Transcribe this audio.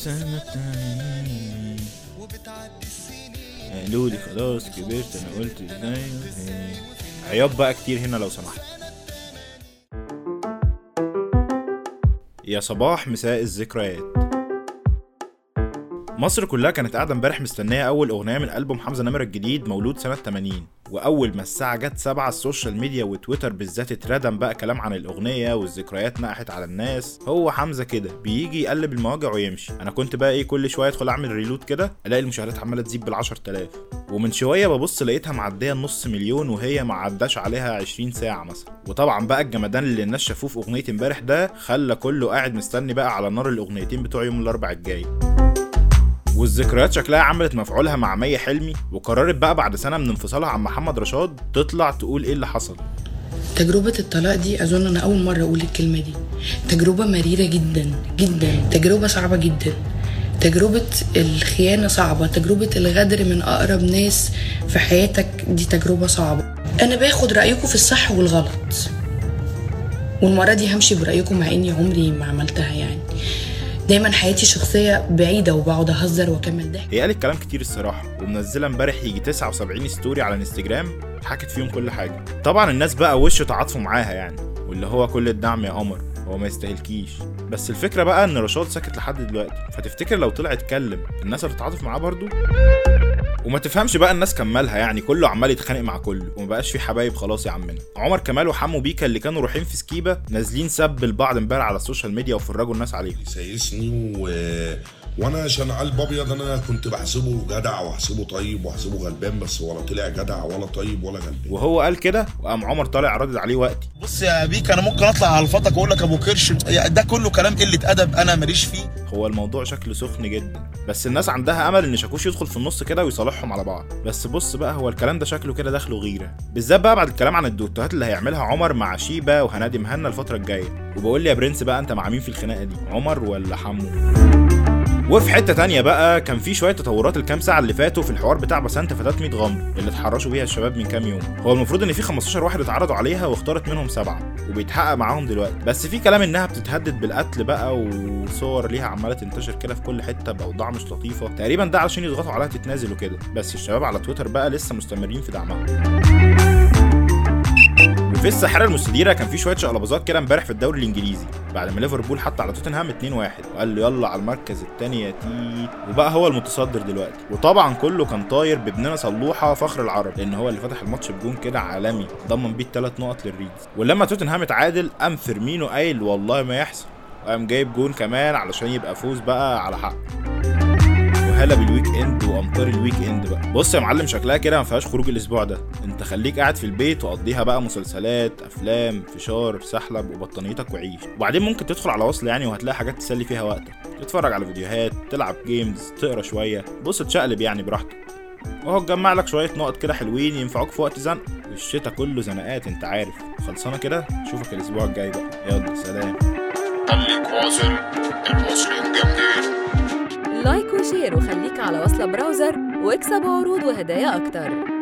قالوا لي خلاص كبرت، انا قلت ازاي. عياط بقى كتير هنا لو سمحت. يا صباح مساء الذكريات. مصر كلها كانت قاعده امبارح مستنيه اول اغنيه من البوم حمزه نمرة الجديد مولود سنه 80. واول ما الساعه جت 7 السوشيال ميديا وتويتر بالذات اتردم بقى كلام عن الاغنيه والذكريات نقحت على الناس. هو حمزه كده بيجي يقلب المواجع ويمشي. انا كنت بقى كل شويه ادخل اعمل ريلود كده الاقي المشاهدات عماله تزيد بال10000، ومن شويه ببص لقيتها معديه النص مليون وهي ما عداش عليها 20 ساعه مثلا. وطبعا بقى الجمدان اللي الناس شافوه في اغنيه امبارح ده خلى كله قاعد مستني بقى على نار الاغنيتين بتوع يوم الاربعاء الجاي. والذكريات شكلها عملت مفعولها مع مي حلمي، وقررت بقى بعد سنة من انفصالها عن محمد رشاد تطلع تقول ايه اللي حصل. تجربة الطلاق دي اظن انا اول مرة اقول الكلمة دي. تجربة مريرة جدا جدا، تجربة صعبة جدا، تجربة الخيانة صعبة، تجربة الغدر من اقرب ناس في حياتك دي تجربة صعبة. انا باخد رأيكم في الصح والغلط، والمرة دي همشي برأيكم مع اني عمري ما عملتها. يعني دايما حياتي شخصيه بعيده وبقعد اهزر واكمل ضحك. هي قالت كلام كتير الصراحه، ومنزله امبارح يجي 79 ستوري على الانستجرام حكت فيهم كل حاجه. طبعا الناس بقى وش تعاطفوا معاها يعني، واللي هو كل الدعم يا قمر، هو ما يستاهلكيش. بس الفكره بقى ان رشاد ساكت لحد دلوقتي، فتفتكر لو طلع اتكلم الناس هتتعاطف معاه برضو؟ وما تفهمش بقى الناس كملها، يعني كله عمال يتخانق مع كله ومبقاش في حبايب خلاص يا عمنا. عمر كمال وحمو بيكا اللي كانوا روحين في سكيبه نازلين سب البعض امبارح على السوشيال ميديا وفرجوا الناس عليهم. يسيسني وانا عشان قلب ابيض انا كنت بحسبه جدع وحسبه طيب وحسبه غلبان، بس ولا طلع جدع ولا طيب ولا غلبان. وهو قال كده وقام عمر طالع ردد عليه وقتي. بص يا بيك انا ممكن اطلع على الفطك واقول لك ابو كرش، ده كله كلام قله ادب انا ماليش فيه. هو الموضوع شكله سخن جدا، بس الناس عندها امل ان شاكوش يدخل في النص كده ويصالحهم على بعض. بس بص بقى، هو الكلام ده شكله كده داخله غيره، بالذات بقى بعد الكلام عن الدوتوهات اللي هيعملها عمر مع شيبه وهنادي مهنا الفتره الجايه. وبقول لي يا برنس بقى، انت مع مين في الخناقه دي، عمر ولا حمو؟ وفي حته تانية بقى كان في شويه تطورات الكام ساعه اللي فاتوا في الحوار بتاع بسنت فتاه 100 غمر اللي اتحرشوا بيها الشباب من كام يوم. هو المفروض ان في 15 واحد اتعرضوا عليها واختارت منهم 7 وبيتحقق معاهم دلوقتي، بس في كلام انها بتتهدد بالقتل بقى، وصور ليها عماله تنتشر كده في كل حته باوضاع مش لطيفه تقريبا، ده علشان يضغطوا عليها تتنازل وكده. بس الشباب على تويتر بقى لسه مستمرين في دعمها. في الساحره المستديره كان في شويه شقلباظات كده امبارح في الدوري الانجليزي بعد ما ليفربول حط على توتنهام 2-1 وقال له يلا على المركز الثاني يا تي، وبقى هو المتصدر دلوقتي. وطبعا كله كان طاير بابننا صلوحه فخر العرب، لان هو اللي فتح الماتش بجون كده عالمي ضمن بيه 3 نقط للريدز. ولما توتنهام اتعادل قام فيرمينو قايل والله ما يحصل، وقام جايب جون كمان علشان يبقى فوز بقى على حق. هلا بالويك اند وامطار الويك اند بقى. بص يا معلم، شكلها كده ما فيهاش خروج الاسبوع ده، انت خليك قاعد في البيت وقضيها بقى مسلسلات، افلام، فشار، سحلب وبطانيتك وعيش. وبعدين ممكن تدخل على وصل يعني وهتلاقي حاجات تسلي فيها وقتك، تتفرج على فيديوهات، تلعب جيمز، تقرا شويه، بص تشقلب يعني براحتك، وهو تجمع لك شويه نقط كده حلوين ينفعوك في وقت زنقه، والشتا كله زنقات انت عارف. خلصانه كده، اشوفك الاسبوع الجاي بقى، يلا سلام. خليك واصل، المصريين جامدين. لايك وشير وخليك على وصلة براوزر واكسب عروض وهدايا اكتر.